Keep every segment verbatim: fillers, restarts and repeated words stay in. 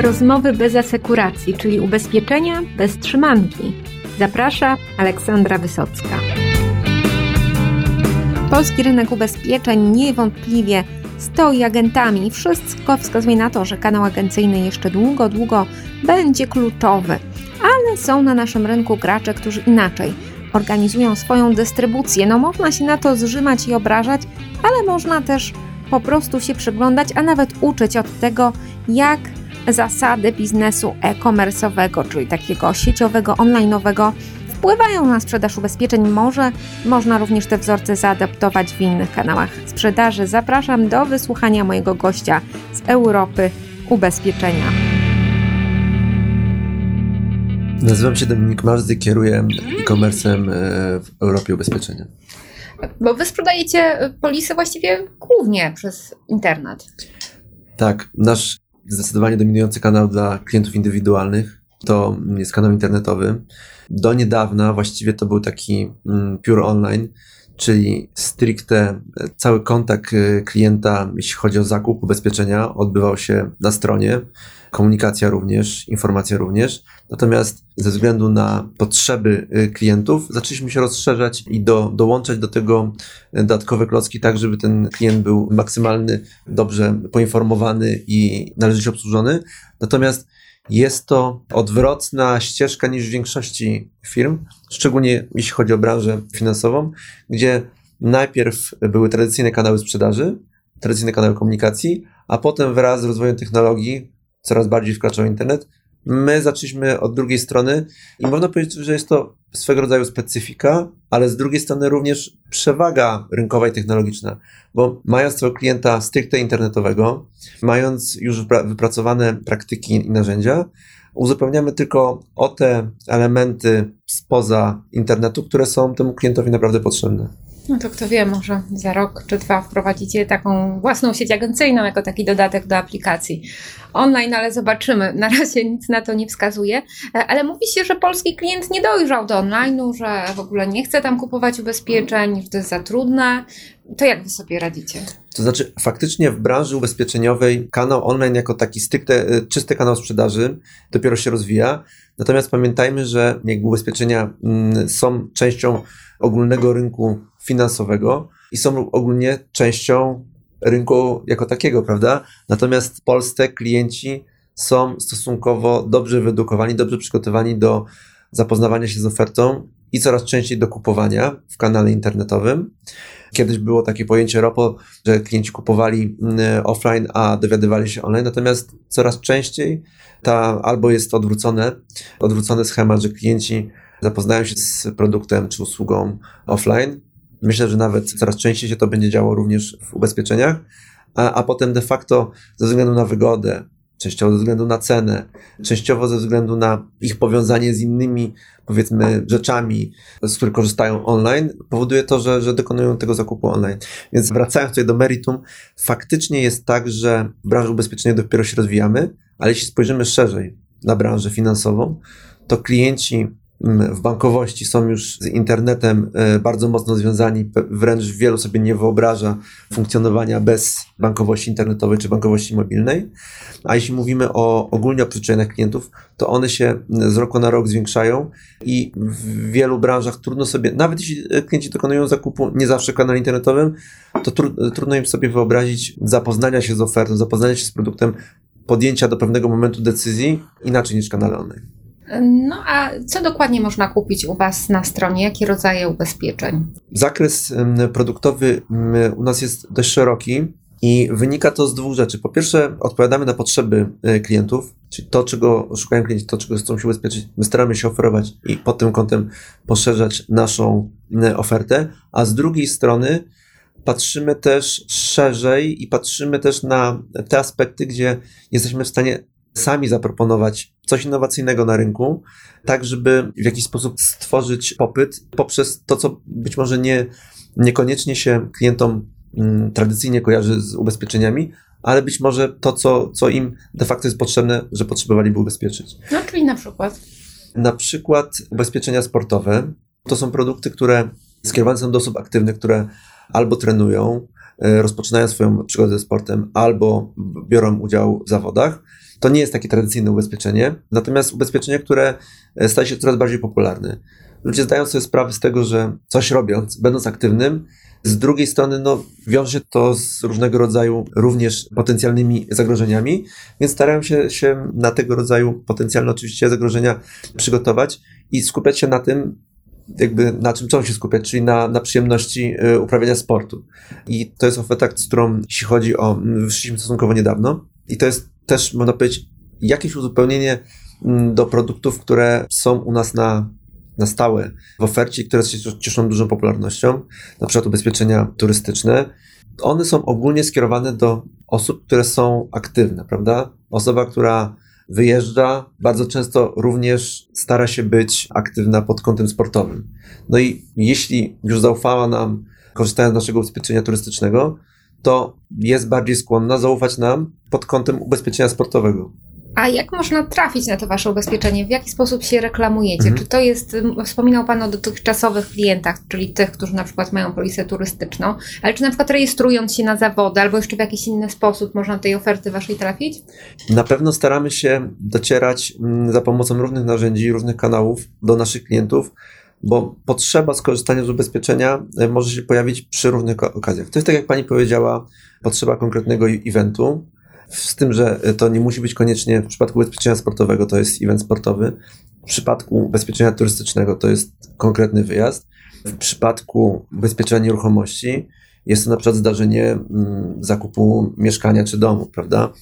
Rozmowy bez asekuracji, czyli ubezpieczenia bez trzymanki. Zaprasza Aleksandra Wysocka. Polski rynek ubezpieczeń niewątpliwie stoi agentami. Wszystko wskazuje na to, że kanał agencyjny jeszcze długo, długo będzie kluczowy. Ale są na naszym rynku gracze, którzy inaczej organizują swoją dystrybucję. No można się na to zrzymać i obrażać, ale można też po prostu się przyglądać, a nawet uczyć od tego, jak zasady biznesu e-commerce'owego, czyli takiego sieciowego, online'owego, wpływają na sprzedaż ubezpieczeń. Może można również te wzorce zaadaptować w innych kanałach sprzedaży. Zapraszam do wysłuchania mojego gościa z Europy Ubezpieczenia. Nazywam się Dominik Marzdy, kieruję e-commerce'em w Europie Ubezpieczenia. Bo wy sprzedajecie polisy właściwie głównie przez internet. Tak, nasz zdecydowanie dominujący kanał dla klientów indywidualnych to jest kanał internetowy. Do niedawna właściwie to był taki pure online, czyli stricte cały kontakt klienta, jeśli chodzi o zakup ubezpieczenia, odbywał się na stronie, komunikacja również, informacja również. Natomiast ze względu na potrzeby klientów zaczęliśmy się rozszerzać i do, dołączać do tego dodatkowe klocki, tak żeby ten klient był maksymalnie dobrze poinformowany i należycie obsłużony. Natomiast jest to odwrotna ścieżka niż w większości firm, szczególnie jeśli chodzi o branżę finansową, gdzie najpierw były tradycyjne kanały sprzedaży, tradycyjne kanały komunikacji, a potem wraz z rozwojem technologii coraz bardziej wkraczał internet. My zaczęliśmy od drugiej strony i można powiedzieć, że jest to swego rodzaju specyfika, ale z drugiej strony również przewaga rynkowa i technologiczna, bo mając tego klienta stricte internetowego, mając już wypracowane praktyki i narzędzia, uzupełniamy tylko o te elementy spoza internetu, które są temu klientowi naprawdę potrzebne. No to kto wie, może za rok czy dwa wprowadzicie taką własną sieć agencyjną jako taki dodatek do aplikacji online, ale zobaczymy. Na razie nic na to nie wskazuje. Ale mówi się, że polski klient nie dojrzał do online'u, że w ogóle nie chce tam kupować ubezpieczeń, że to jest za trudne. To jak wy sobie radzicie? To znaczy faktycznie w branży ubezpieczeniowej kanał online jako taki stricte, czysty kanał sprzedaży dopiero się rozwija. Natomiast pamiętajmy, że jakby ubezpieczenia są częścią ogólnego rynku finansowego i są ogólnie częścią rynku jako takiego, prawda? Natomiast w Polsce klienci są stosunkowo dobrze wyedukowani, dobrze przygotowani do zapoznawania się z ofertą i coraz częściej do kupowania w kanale internetowym. Kiedyś było takie pojęcie R O P O, że klienci kupowali offline, a dowiadywali się online, natomiast coraz częściej ta albo jest odwrócone, odwrócony schemat, że klienci zapoznają się z produktem czy usługą offline. Myślę, że nawet coraz częściej się to będzie działo również w ubezpieczeniach, a, a potem de facto ze względu na wygodę, częściowo ze względu na cenę, częściowo ze względu na ich powiązanie z innymi, powiedzmy, rzeczami, z których korzystają online, powoduje to, że, że dokonują tego zakupu online. Więc wracając tutaj do meritum, faktycznie jest tak, że w branży ubezpieczeniowej dopiero się rozwijamy, ale jeśli spojrzymy szerzej na branżę finansową, to klienci w bankowości są już z internetem bardzo mocno związani, wręcz wielu sobie nie wyobraża funkcjonowania bez bankowości internetowej czy bankowości mobilnej. A jeśli mówimy o ogólnie o przyczynach klientów, to one się z roku na rok zwiększają i w wielu branżach trudno sobie, nawet jeśli klienci dokonują zakupu nie zawsze w kanale internetowym, to tru, trudno im sobie wyobrazić zapoznania się z ofertą, zapoznania się z produktem, podjęcia do pewnego momentu decyzji inaczej niż w kanale online. No a co dokładnie można kupić u was na stronie? Jakie rodzaje ubezpieczeń? Zakres produktowy u nas jest dość szeroki i wynika to z dwóch rzeczy. Po pierwsze, odpowiadamy na potrzeby klientów, czyli to, czego szukają klienci, to, czego chcą się ubezpieczyć. My staramy się oferować i pod tym kątem poszerzać naszą ofertę, a z drugiej strony patrzymy też szerzej i patrzymy też na te aspekty, gdzie jesteśmy w stanie sami zaproponować coś innowacyjnego na rynku, tak żeby w jakiś sposób stworzyć popyt poprzez to, co być może nie, niekoniecznie się klientom mm, tradycyjnie kojarzy z ubezpieczeniami, ale być może to, co, co im de facto jest potrzebne, że potrzebowaliby ubezpieczyć. No, czyli na przykład? Na przykład ubezpieczenia sportowe. To są produkty, które skierowane są do osób aktywnych, które albo trenują, rozpoczynają swoją przygodę ze sportem, albo biorą udział w zawodach to nie jest takie tradycyjne ubezpieczenie, natomiast ubezpieczenie, które staje się coraz bardziej popularne. Ludzie zdają sobie sprawę z tego, że coś robiąc, będąc aktywnym, z drugiej strony no, wiąże się to z różnego rodzaju również potencjalnymi zagrożeniami, więc starają się, się na tego rodzaju potencjalne oczywiście zagrożenia przygotować i skupiać się na tym, jakby na czym chcą się skupiać, czyli na, na przyjemności y, uprawiania sportu. I to jest oferta, z którą, jeśli chodzi o, wyszliśmy stosunkowo niedawno i to jest też, można powiedzieć, jakieś uzupełnienie y, do produktów, które są u nas na na stałe w ofercie, które się cieszą dużą popularnością, na przykład ubezpieczenia turystyczne. One są ogólnie skierowane do osób, które są aktywne, prawda? Osoba, która wyjeżdża, bardzo często również stara się być aktywna pod kątem sportowym. No i jeśli już zaufała nam, korzystając z naszego ubezpieczenia turystycznego, to jest bardziej skłonna zaufać nam pod kątem ubezpieczenia sportowego. A jak można trafić na to wasze ubezpieczenie? W jaki sposób się reklamujecie? Mhm. Czy to jest, wspominał Pan o dotychczasowych klientach, czyli tych, którzy na przykład mają polisę turystyczną, ale czy na przykład rejestrując się na zawody albo jeszcze w jakiś inny sposób można do tej oferty waszej trafić? Na pewno staramy się docierać za pomocą różnych narzędzi, różnych kanałów do naszych klientów, bo potrzeba skorzystania z ubezpieczenia może się pojawić przy różnych okazjach. To jest tak, jak Pani powiedziała, potrzeba konkretnego eventu, z tym, że to nie musi być koniecznie w przypadku ubezpieczenia sportowego, to jest event sportowy. W przypadku ubezpieczenia turystycznego to jest konkretny wyjazd. W przypadku ubezpieczenia nieruchomości jest to na przykład zdarzenie mm, zakupu mieszkania czy domu, prawda?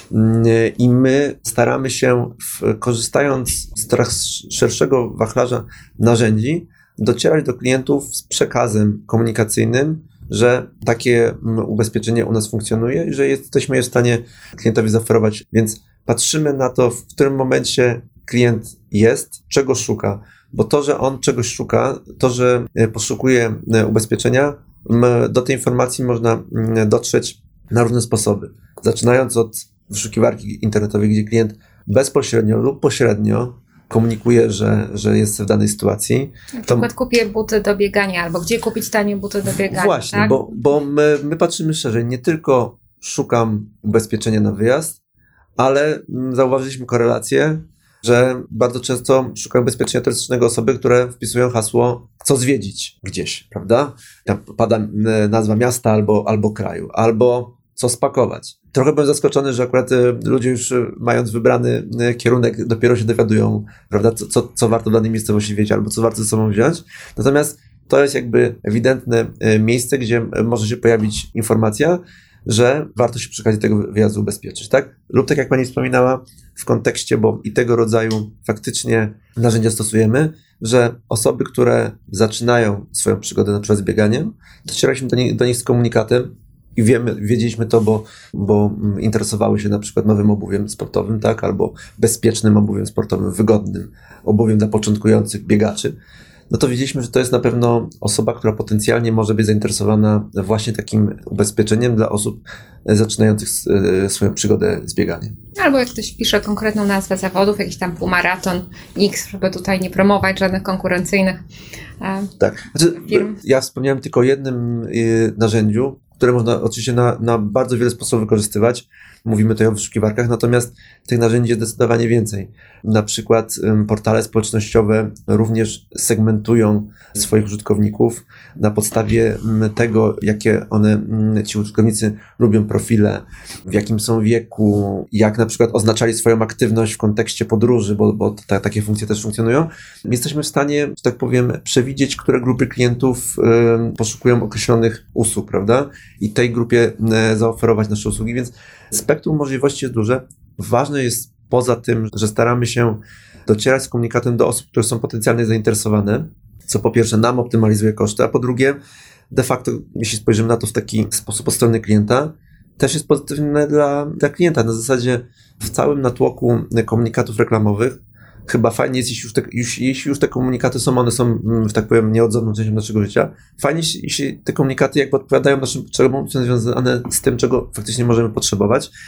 I my staramy się, w, korzystając z coraz szerszego wachlarza narzędzi, docierać do klientów z przekazem komunikacyjnym, że takie ubezpieczenie u nas funkcjonuje i że jesteśmy je w stanie klientowi zaoferować. Więc patrzymy na to, w którym momencie klient jest, czego szuka. Bo to, że on czegoś szuka, to, że poszukuje ubezpieczenia, do tej informacji można dotrzeć na różne sposoby. Zaczynając od wyszukiwarki internetowej, gdzie klient bezpośrednio lub pośrednio komunikuje, że, że jest w danej sytuacji. Na przykład to... kupię buty do biegania, albo gdzie kupić tanie buty do biegania. Właśnie, tak? bo, bo my, my patrzymy szerzej. Nie tylko szukam ubezpieczenia na wyjazd, ale zauważyliśmy korelację, że bardzo często szukają ubezpieczenia turystycznego osoby, które wpisują hasło co zwiedzić gdzieś, prawda? Tam pada nazwa miasta albo, albo kraju, albo co spakować. Trochę byłem zaskoczony, że akurat ludzie już mając wybrany kierunek dopiero się dowiadują, prawda, co, co, co warto w danej miejscowości wiedzieć albo co warto ze sobą wziąć. Natomiast to jest jakby ewidentne miejsce, gdzie może się pojawić informacja, że warto się przy okazji tego wyjazdu ubezpieczyć, tak? Lub tak jak Pani wspominała w kontekście, bo i tego rodzaju faktycznie narzędzia stosujemy, że osoby, które zaczynają swoją przygodę na przykład z bieganiem, docieraliśmy do nich, do nich z komunikatem i wiemy, wiedzieliśmy to, bo, bo interesowały się na przykład nowym obuwiem sportowym, tak? Albo bezpiecznym obuwiem sportowym, wygodnym obuwiem dla początkujących biegaczy. No to wiedzieliśmy, że to jest na pewno osoba, która potencjalnie może być zainteresowana właśnie takim ubezpieczeniem dla osób zaczynających swoją przygodę z bieganiem. Albo jak ktoś pisze konkretną nazwę zawodów, jakiś tam półmaraton X, żeby tutaj nie promować żadnych konkurencyjnych e, tak. Znaczy, firm. Ja wspomniałem tylko o jednym y, narzędziu, które można oczywiście na, na bardzo wiele sposobów wykorzystywać. Mówimy tutaj o wyszukiwarkach, natomiast tych narzędzi jest zdecydowanie więcej. Na przykład um, portale społecznościowe również segmentują swoich użytkowników na podstawie um, tego, jakie one, um, ci użytkownicy lubią profile, w jakim są wieku, jak na przykład oznaczali swoją aktywność w kontekście podróży, bo, bo ta, takie funkcje też funkcjonują. Jesteśmy w stanie, że tak powiem, przewidzieć, które grupy klientów um, poszukują określonych usług, prawda? I tej grupie um, zaoferować nasze usługi, więc spektrum możliwości jest duże. Ważne jest poza tym, że staramy się docierać z komunikatem do osób, które są potencjalnie zainteresowane, co po pierwsze nam optymalizuje koszty, a po drugie de facto, jeśli spojrzymy na to w taki sposób od strony klienta, też jest pozytywne dla, dla klienta. Na zasadzie w całym natłoku komunikatów reklamowych chyba fajnie jest, jeśli już, te, już, jeśli już te komunikaty są, one są, że tak powiem, nieodzowną częścią naszego życia. Fajnie, jeśli te komunikaty jakby odpowiadają naszym potrzebom, są związane z tym, czego faktycznie możemy potrzebować.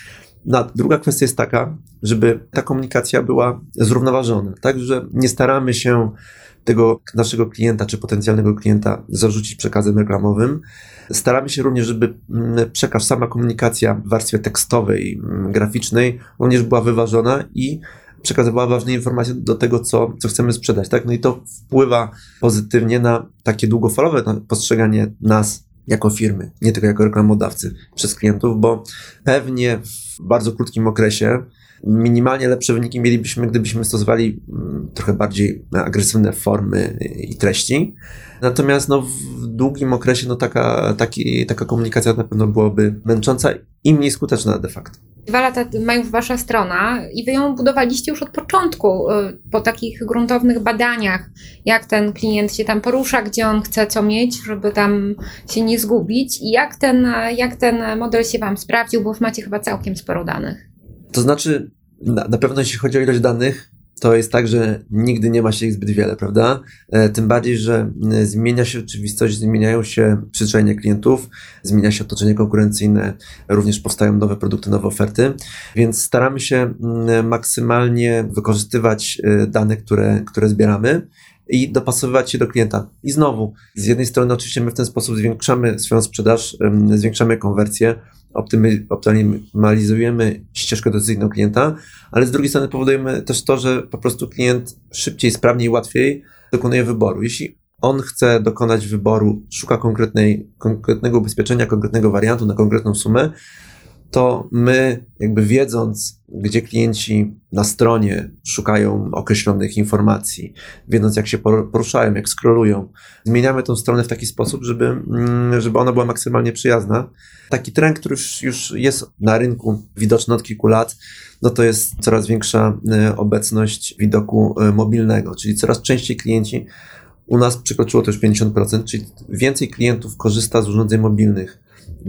No, druga kwestia jest taka, żeby ta komunikacja była zrównoważona, tak, że nie staramy się tego naszego klienta czy potencjalnego klienta zarzucić przekazem reklamowym. Staramy się również, żeby przekaz, sama komunikacja w warstwie tekstowej, graficznej również była wyważona i przekazywała ważne informacje do tego, co, co chcemy sprzedać. Tak? No i to wpływa pozytywnie na takie długofalowe postrzeganie nas jako firmy, nie tylko jako reklamodawcy przez klientów, bo pewnie w bardzo krótkim okresie minimalnie lepsze wyniki mielibyśmy, gdybyśmy stosowali trochę bardziej agresywne formy i treści. Natomiast no, w długim okresie no, taka, taki, taka komunikacja na pewno byłaby męcząca i mniej skuteczna de facto. Dwa lata ma już wasza strona i wy ją budowaliście już od początku, po takich gruntownych badaniach, jak ten klient się tam porusza, gdzie on chce co mieć, żeby tam się nie zgubić i jak ten, jak ten model się wam sprawdził, bo macie chyba całkiem sporo danych. To znaczy, na, na pewno jeśli chodzi o ilość danych, to jest tak, że nigdy nie ma się ich zbyt wiele, prawda? E, tym bardziej, że zmienia się rzeczywistość, zmieniają się przyzwyczajenia klientów, zmienia się otoczenie konkurencyjne, również powstają nowe produkty, nowe oferty, więc staramy się maksymalnie wykorzystywać dane, które, które zbieramy i dopasowywać się do klienta. I znowu, z jednej strony oczywiście my w ten sposób zwiększamy swoją sprzedaż, zwiększamy konwersję, optymalizujemy ścieżkę decyzyjną klienta, ale z drugiej strony powodujemy też to, że po prostu klient szybciej, sprawniej, łatwiej dokonuje wyboru. Jeśli on chce dokonać wyboru, szuka konkretnej, konkretnego ubezpieczenia, konkretnego wariantu na konkretną sumę, to my jakby wiedząc, gdzie klienci na stronie szukają określonych informacji, wiedząc jak się poruszają, jak scrollują, zmieniamy tą stronę w taki sposób, żeby, żeby ona była maksymalnie przyjazna. Taki trend, który już, już jest na rynku widoczny od kilku lat, no to jest coraz większa obecność widoku mobilnego, czyli coraz częściej klienci, u nas przekroczyło to już pięćdziesiąt procent, czyli więcej klientów korzysta z urządzeń mobilnych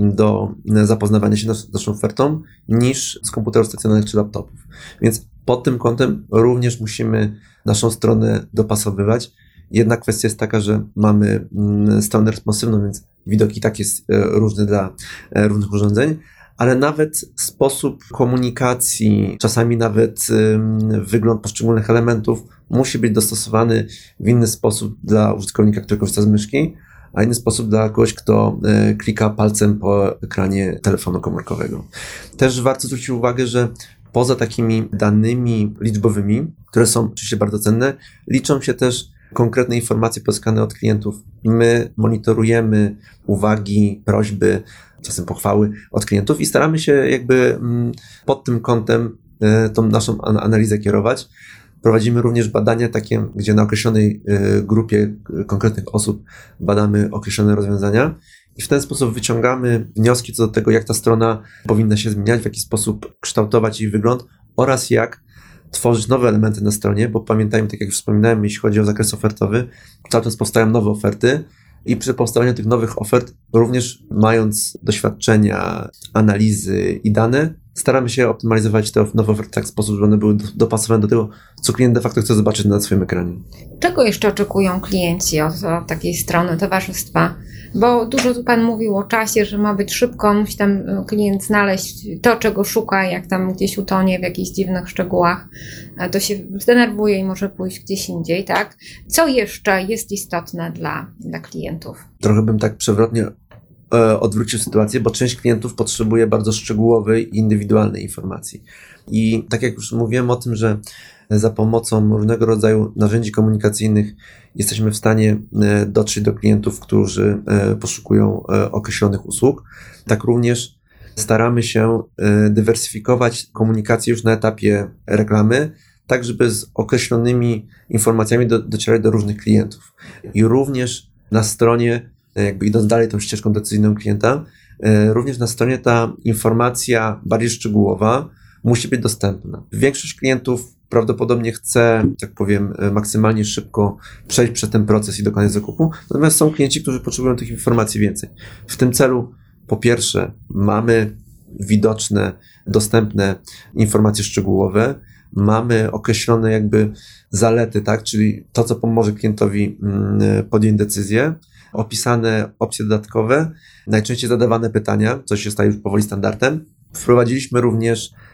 do zapoznawania się z naszą ofertą niż z komputerów stacjonarnych czy laptopów. Więc pod tym kątem również musimy naszą stronę dopasowywać. Jedna kwestia jest taka, że mamy stronę responsywną, więc widok i tak jest różny dla różnych urządzeń, ale nawet sposób komunikacji, czasami nawet wygląd poszczególnych elementów musi być dostosowany w inny sposób dla użytkownika, który korzysta z myszki, a inny sposób dla kogoś, kto klika palcem po ekranie telefonu komórkowego. Też warto zwrócić uwagę, że poza takimi danymi liczbowymi, które są oczywiście bardzo cenne, liczą się też konkretne informacje pozyskane od klientów. My monitorujemy uwagi, prośby, czasem pochwały od klientów i staramy się jakby pod tym kątem tą naszą analizę kierować. Prowadzimy również badania takie, gdzie na określonej grupie konkretnych osób badamy określone rozwiązania i w ten sposób wyciągamy wnioski co do tego, jak ta strona powinna się zmieniać, w jaki sposób kształtować jej wygląd oraz jak tworzyć nowe elementy na stronie, bo pamiętajmy, tak jak już wspominałem, jeśli chodzi o zakres ofertowy, cały czas powstają nowe oferty i przy powstawaniu tych nowych ofert, również mając doświadczenia, analizy i dane, staramy się optymalizować te nowe oferty w taki sposób, żeby one były dopasowane do tego, co klient de facto chce zobaczyć na swoim ekranie. Czego jeszcze oczekują klienci od, od takiej strony towarzystwa? Bo dużo tu Pan mówił o czasie, że ma być szybko, musi tam klient znaleźć to, czego szuka, jak tam gdzieś utonie w jakichś dziwnych szczegółach, to się zdenerwuje i może pójść gdzieś indziej, tak? Co jeszcze jest istotne dla, dla klientów? Trochę bym tak przewrotnie odwrócił sytuację, bo część klientów potrzebuje bardzo szczegółowej i indywidualnej informacji. I tak jak już mówiłem o tym, że za pomocą różnego rodzaju narzędzi komunikacyjnych jesteśmy w stanie dotrzeć do klientów, którzy poszukują określonych usług, tak również staramy się dywersyfikować komunikację już na etapie reklamy, tak żeby z określonymi informacjami do, docierać do różnych klientów. I również na stronie, jakby idąc dalej tą ścieżką decyzyjną klienta, również na stronie ta informacja bardziej szczegółowa musi być dostępna. Większość klientów prawdopodobnie chce, tak powiem, maksymalnie szybko przejść przez ten proces i dokonać zakupu, natomiast są klienci, którzy potrzebują tych informacji więcej. W tym celu, po pierwsze, mamy widoczne, dostępne informacje szczegółowe, mamy określone jakby zalety, tak, czyli to, co pomoże klientowi podjąć decyzję, opisane opcje dodatkowe, najczęściej zadawane pytania, co się staje już powoli standardem. Wprowadziliśmy również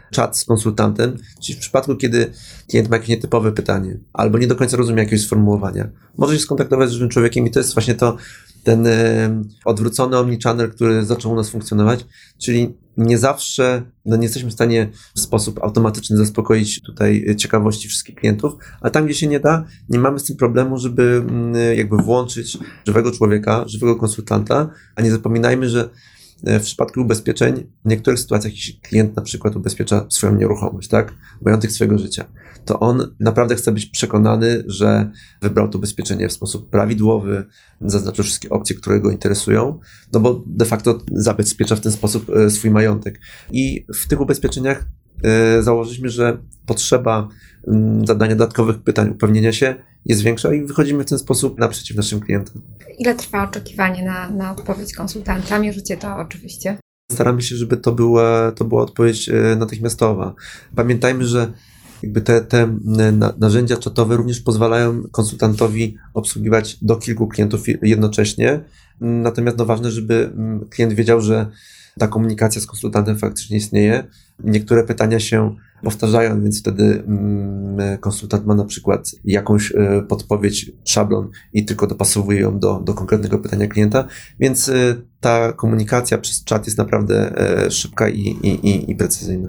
czat z konsultantem, czyli w przypadku, kiedy klient ma jakieś nietypowe pytanie albo nie do końca rozumie jakiegoś sformułowania, może się skontaktować z żywym człowiekiem i to jest właśnie to, ten y, odwrócony omnichannel, który zaczął u nas funkcjonować, czyli nie zawsze, no nie jesteśmy w stanie w sposób automatyczny zaspokoić tutaj ciekawości wszystkich klientów, ale tam, gdzie się nie da, nie mamy z tym problemu, żeby y, jakby włączyć żywego człowieka, żywego konsultanta, a nie zapominajmy, że w przypadku ubezpieczeń, w niektórych sytuacjach, jeśli klient na przykład ubezpiecza swoją nieruchomość, tak, majątek swojego życia, to on naprawdę chce być przekonany, że wybrał to ubezpieczenie w sposób prawidłowy, zaznaczył wszystkie opcje, które go interesują, no bo de facto zabezpiecza w ten sposób swój majątek. I w tych ubezpieczeniach założyliśmy, że potrzeba zadania dodatkowych pytań, upewnienia się jest większa i wychodzimy w ten sposób naprzeciw naszym klientom. Ile trwa oczekiwanie na, na odpowiedź konsultanta? Mierzycie to oczywiście. Staramy się, żeby to była, to była odpowiedź natychmiastowa. Pamiętajmy, że jakby te, te narzędzia czatowe również pozwalają konsultantowi obsługiwać do kilku klientów jednocześnie. Natomiast no ważne, żeby klient wiedział, że ta komunikacja z konsultantem faktycznie istnieje. Niektóre pytania się powtarzają, więc wtedy konsultant ma na przykład jakąś podpowiedź, szablon i tylko dopasowuje ją do, do konkretnego pytania klienta, więc ta komunikacja przez czat jest naprawdę szybka i, i, i precyzyjna.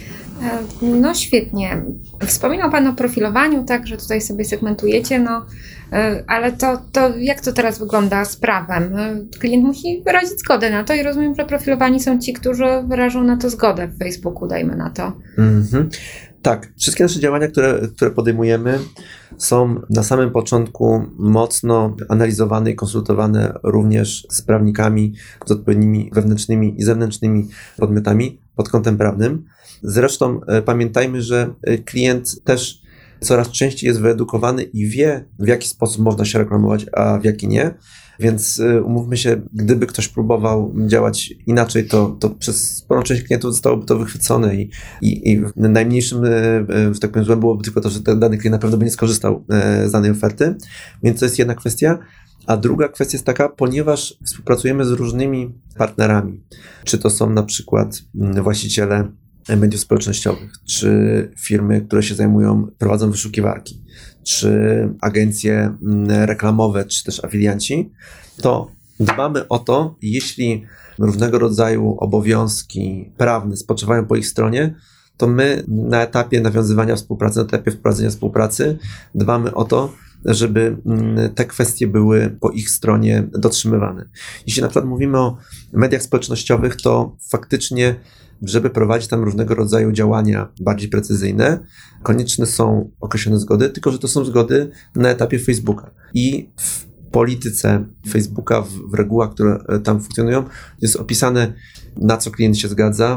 No świetnie. Wspominał Pan o profilowaniu, tak, że tutaj sobie segmentujecie, no ale to, to jak to teraz wygląda z prawem? Klient musi wyrazić zgodę na to i rozumiem, że profilowani są ci, którzy wyrażą na to zgodę w Facebooku, dajmy na to. Mm-hmm. Tak, wszystkie nasze działania, które, które podejmujemy, są na samym początku mocno analizowane i konsultowane również z prawnikami, z odpowiednimi wewnętrznymi i zewnętrznymi podmiotami pod kątem prawnym. Zresztą e, pamiętajmy, że klient też coraz częściej jest wyedukowany i wie, w jaki sposób można się reklamować, a w jaki nie. Więc e, umówmy się, gdyby ktoś próbował działać inaczej, to, to przez sporą część klientów zostałoby to wychwycone i, i, i najmniejszym, e, że tak powiem, złem byłoby tylko to, że ten dany klient na pewno by nie skorzystał e, z danej oferty. Więc to jest jedna kwestia. A druga kwestia jest taka, ponieważ współpracujemy z różnymi partnerami, czy to są na przykład właściciele mediów społecznościowych, czy firmy, które się zajmują, prowadzą wyszukiwarki, czy agencje reklamowe, czy też afilianci, to dbamy o to, jeśli różnego rodzaju obowiązki prawne spoczywają po ich stronie, to my na etapie nawiązywania współpracy, na etapie wprowadzenia współpracy dbamy o to, żeby te kwestie były po ich stronie dotrzymywane. Jeśli na przykład mówimy o mediach społecznościowych, to faktycznie, żeby prowadzić tam różnego rodzaju działania bardziej precyzyjne, konieczne są określone zgody, tylko że to są zgody na etapie Facebooka. I w polityce Facebooka, w, w regułach, które tam funkcjonują, jest opisane, na co klient się zgadza,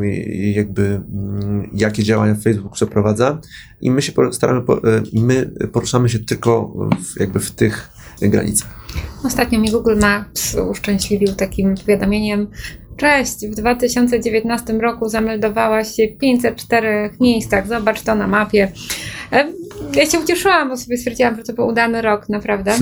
jakby jakie działania Facebook przeprowadza i my się staramy, my poruszamy się tylko w, jakby w tych granicach. Ostatnio mi Google Maps uszczęśliwił takim powiadomieniem: cześć, w dwa tysiące dziewiętnastym roku zameldowałaś się w pięćset czterech miejscach, zobacz to na mapie. Ja się ucieszyłam, bo sobie stwierdziłam, że to był udany rok, naprawdę.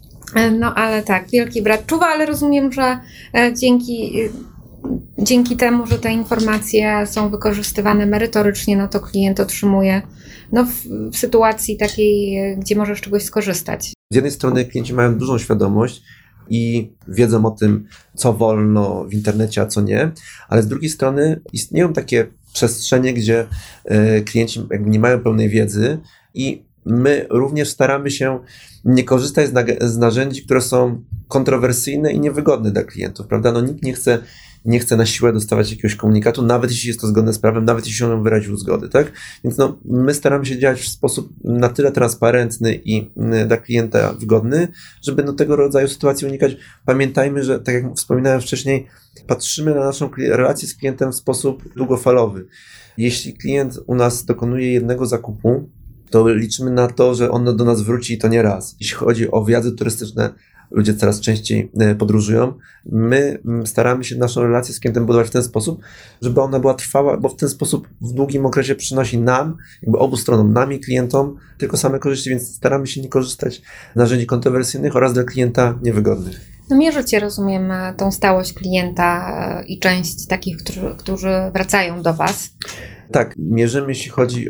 No ale tak, wielki brat czuwa, ale rozumiem, że dzięki, dzięki temu, że te informacje są wykorzystywane merytorycznie, no to klient otrzymuje no, w, w sytuacji takiej, gdzie może z czegoś skorzystać. Z jednej strony klienci mają dużą świadomość i wiedzą o tym, co wolno w internecie, a co nie, ale z drugiej strony istnieją takie przestrzenie, gdzie klienci jakby nie mają pełnej wiedzy i my również staramy się nie korzystać z, na- z narzędzi, które są kontrowersyjne i niewygodne dla klientów, prawda? No nikt nie chce, nie chce na siłę dostawać jakiegoś komunikatu, nawet jeśli jest to zgodne z prawem, nawet jeśli on wyraził zgody, tak? Więc no, my staramy się działać w sposób na tyle transparentny i dla klienta wygodny, żeby no, tego rodzaju sytuacji unikać. Pamiętajmy, że tak jak wspominałem wcześniej, patrzymy na naszą relację z klientem w sposób długofalowy. Jeśli klient u nas dokonuje jednego zakupu, to liczymy na to, że on do nas wróci i to nie raz. Jeśli chodzi o wyjazdy turystyczne, ludzie coraz częściej podróżują. My staramy się naszą relację z klientem budować w ten sposób, żeby ona była trwała, bo w ten sposób w długim okresie przynosi nam, jakby obu stronom, nam i klientom, tylko same korzyści, więc staramy się nie korzystać z narzędzi kontrowersyjnych oraz dla klienta niewygodnych. No mierzycie, rozumiem, tą stałość klienta i część takich, którzy, którzy wracają do Was. Tak, mierzymy, jeśli chodzi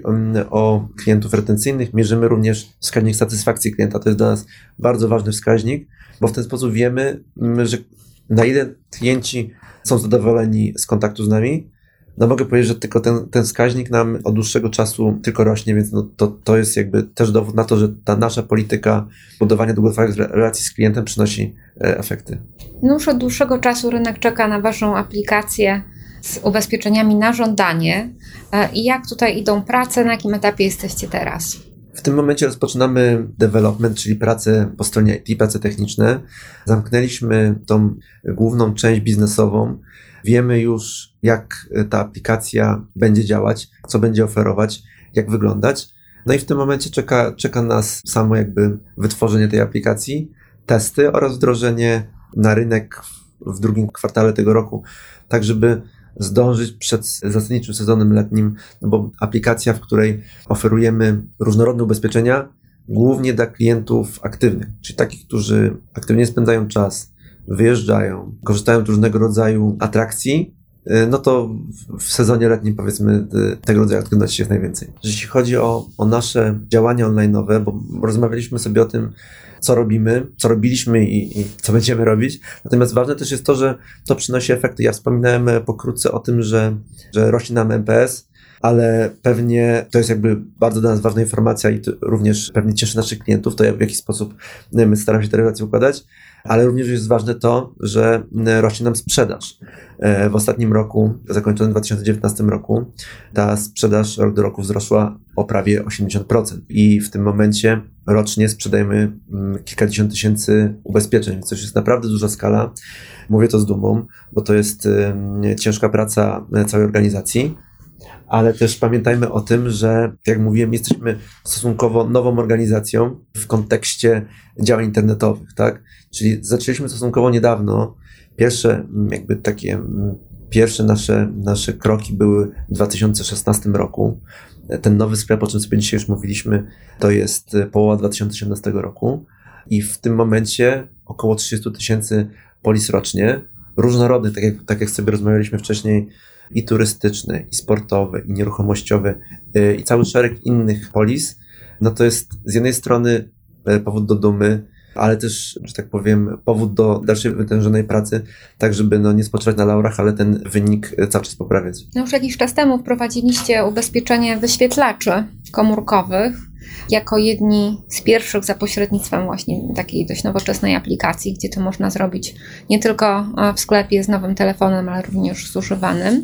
o klientów retencyjnych, mierzymy również wskaźnik satysfakcji klienta. To jest dla nas bardzo ważny wskaźnik, bo w ten sposób wiemy, że na ile klienci są zadowoleni z kontaktu z nami. No mogę powiedzieć, że tylko ten, ten wskaźnik nam od dłuższego czasu tylko rośnie, więc no to, to jest jakby też dowód na to, że ta nasza polityka budowania długotrwałych relacji z klientem przynosi efekty. No już od dłuższego czasu rynek czeka na Waszą aplikację z ubezpieczeniami na żądanie. I jak tutaj idą prace, na jakim etapie jesteście teraz? W tym momencie rozpoczynamy development, czyli pracę po stronie I T, prace techniczne. Zamknęliśmy tą główną część biznesową. Wiemy już, jak ta aplikacja będzie działać, co będzie oferować, jak wyglądać. No i w tym momencie czeka, czeka nas samo jakby wytworzenie tej aplikacji, testy oraz wdrożenie na rynek w drugim kwartale tego roku, tak żeby zdążyć przed zasadniczym sezonem letnim, no bo aplikacja, w której oferujemy różnorodne ubezpieczenia, głównie dla klientów aktywnych, czyli takich, którzy aktywnie spędzają czas, wyjeżdżają, korzystają z różnego rodzaju atrakcji, no to w sezonie letnim, powiedzmy, tego rodzaju aktywności jest najwięcej. Jeśli chodzi o, o nasze działania online'owe, bo rozmawialiśmy sobie o tym, co robimy, co robiliśmy i, i co będziemy robić. Natomiast ważne też jest to, że to przynosi efekty. Ja wspominałem pokrótce o tym, że, że rośnie nam N P S, ale pewnie to jest jakby bardzo dla nas ważna informacja i to również pewnie cieszy naszych klientów, to w jaki sposób my staramy się te relacje układać, ale również jest ważne to, że rośnie nam sprzedaż. W ostatnim roku, zakończonym w dwa tysiące dziewiętnastym roku, ta sprzedaż rok do roku wzrosła o prawie osiemdziesiąt procent i w tym momencie rocznie sprzedajemy kilkadziesiąt tysięcy ubezpieczeń, więc to już jest naprawdę duża skala. Mówię to z dumą, bo to jest ciężka praca całej organizacji. Ale też pamiętajmy o tym, że jak mówiłem, jesteśmy stosunkowo nową organizacją w kontekście działań internetowych, tak? Czyli zaczęliśmy stosunkowo niedawno. Pierwsze jakby takie pierwsze nasze, nasze kroki były w dwa tysiące szesnastym roku. Ten nowy sklep, o czym sobie dzisiaj już mówiliśmy, to jest połowa dwa tysiące osiemnastego roku i w tym momencie około trzydzieści tysięcy polis rocznie, różnorodnych, tak jak, tak jak sobie rozmawialiśmy wcześniej, i turystyczny, i sportowy, i nieruchomościowy, yy, i cały szereg innych polis, no to jest z jednej strony yy, powód do dumy, ale też, że tak powiem, powód do dalszej wytężonej pracy, tak żeby no, nie spoczywać na laurach, ale ten wynik yy, cały czas poprawiać. No już jakiś czas temu wprowadziliście ubezpieczenie wyświetlaczy komórkowych jako jedni z pierwszych za pośrednictwem właśnie takiej dość nowoczesnej aplikacji, gdzie to można zrobić nie tylko w sklepie z nowym telefonem, ale również z używanym.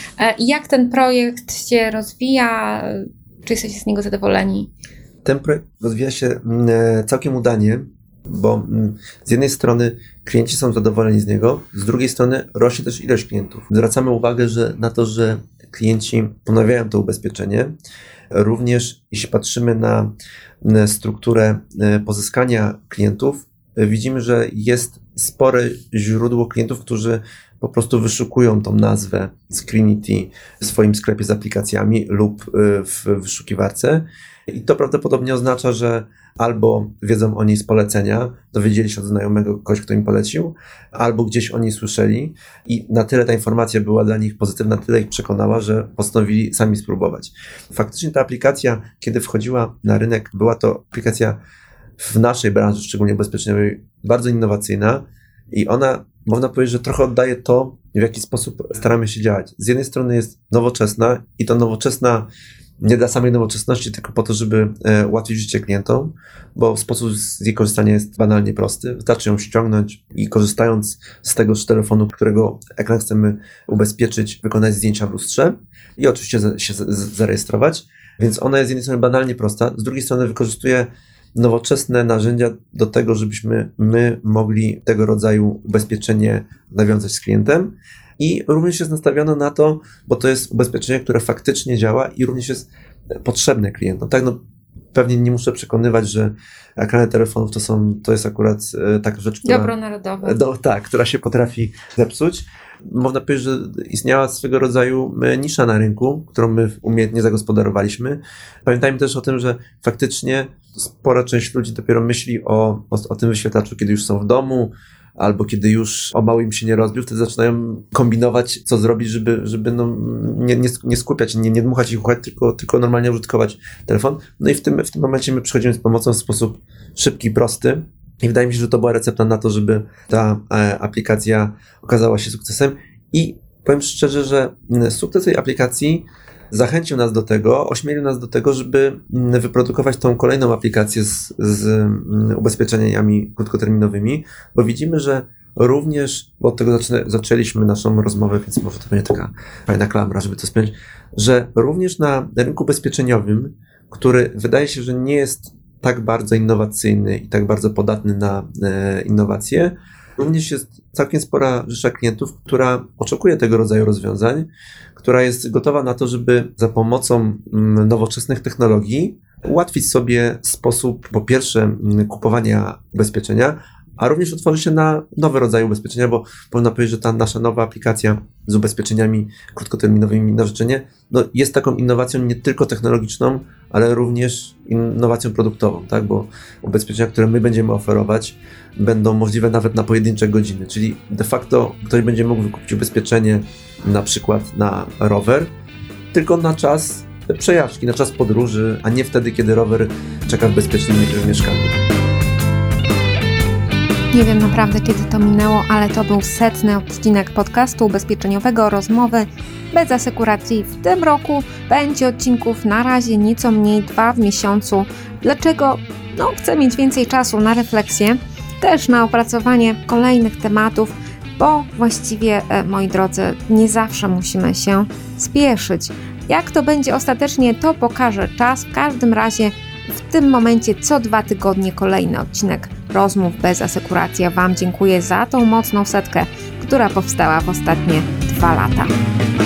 Jak ten projekt się rozwija? Czy jesteście z niego zadowoleni? Ten projekt rozwija się całkiem udanie, bo z jednej strony klienci są zadowoleni z niego, z drugiej strony rośnie też ilość klientów. Zwracamy uwagę że na to, że klienci ponawiają to ubezpieczenie. Również jeśli patrzymy na strukturę pozyskania klientów, widzimy, że jest spore źródło klientów, którzy po prostu wyszukują tą nazwę Screenity w swoim sklepie z aplikacjami lub w wyszukiwarce. I to prawdopodobnie oznacza, że albo wiedzą o niej z polecenia, dowiedzieli się od znajomego kogoś, kto im polecił, albo gdzieś o niej słyszeli i na tyle ta informacja była dla nich pozytywna, na tyle ich przekonała, że postanowili sami spróbować. Faktycznie ta aplikacja, kiedy wchodziła na rynek, była to aplikacja w naszej branży, szczególnie ubezpieczeniowej, bardzo innowacyjna i ona, można powiedzieć, że trochę oddaje to, w jaki sposób staramy się działać. Z jednej strony jest nowoczesna i to nowoczesna nie dla samej nowoczesności, tylko po to, żeby e, ułatwić życie klientom, bo sposób z jej korzystania jest banalnie prosty. Wystarczy ją ściągnąć i korzystając z tego z telefonu, którego ekran chcemy ubezpieczyć, wykonać zdjęcia w lustrze i oczywiście za, się z, z, zarejestrować. Więc ona jest z jednej strony banalnie prosta, z drugiej strony wykorzystuje nowoczesne narzędzia do tego, żebyśmy my mogli tego rodzaju ubezpieczenie nawiązać z klientem. I również jest nastawione na to, bo to jest ubezpieczenie, które faktycznie działa i również jest potrzebne klientom. Tak, no pewnie nie muszę przekonywać, że ekrany telefonów to są, to jest akurat e, taka rzecz, która... Dobro narodowe. Do, tak, która się potrafi zepsuć. Można powiedzieć, że istniała swego rodzaju nisza na rynku, którą my umiejętnie zagospodarowaliśmy. Pamiętajmy też o tym, że faktycznie spora część ludzi dopiero myśli o, o, o tym wyświetlaczu, kiedy już są w domu, albo kiedy już o mały im się nie rozbił, wtedy zaczynają kombinować, co zrobić, żeby, żeby no, nie, nie, nie skupiać, nie, nie dmuchać i uchać, tylko, tylko normalnie użytkować telefon. No i w tym, w tym momencie my przychodzimy z pomocą w sposób szybki, prosty. I wydaje mi się, że to była recepta na to, żeby ta e, aplikacja okazała się sukcesem. I powiem szczerze, że sukces tej aplikacji zachęcił nas do tego, ośmielił nas do tego, żeby wyprodukować tą kolejną aplikację z, z ubezpieczeniami krótkoterminowymi, bo widzimy, że również, bo od tego zaczę, zaczęliśmy naszą rozmowę, więc może to będzie taka fajna klamra, żeby to spiąć, że również na rynku ubezpieczeniowym, który wydaje się, że nie jest tak bardzo innowacyjny i tak bardzo podatny na e, innowacje, również jest całkiem spora rzesza klientów, która oczekuje tego rodzaju rozwiązań, która jest gotowa na to, żeby za pomocą mm, nowoczesnych technologii ułatwić sobie sposób, po pierwsze, mm, kupowania ubezpieczenia, a również otworzy się na nowe rodzaje ubezpieczenia, bo można powiedzieć, że ta nasza nowa aplikacja z ubezpieczeniami krótkoterminowymi na życzenie no, jest taką innowacją nie tylko technologiczną, ale również innowacją produktową, tak? Bo ubezpieczenia, które my będziemy oferować, będą możliwe nawet na pojedyncze godziny, czyli de facto ktoś będzie mógł wykupić ubezpieczenie na przykład na rower, tylko na czas przejażdżki, na czas podróży, a nie wtedy, kiedy rower czeka w bezpiecznym mieszkaniu. Nie wiem naprawdę, kiedy to minęło, ale to był setny odcinek podcastu ubezpieczeniowego Rozmowy bez asekuracji. W tym roku będzie odcinków na razie nieco mniej, dwa w miesiącu. Dlaczego? No, chcę mieć więcej czasu na refleksję, też na opracowanie kolejnych tematów, bo właściwie, moi drodzy, nie zawsze musimy się spieszyć. Jak to będzie ostatecznie, to pokaże czas. W każdym razie w tym momencie co dwa tygodnie kolejny odcinek Rozmów bez asekuracji. Wam dziękuję za tą mocną setkę, która powstała w ostatnie dwa lata.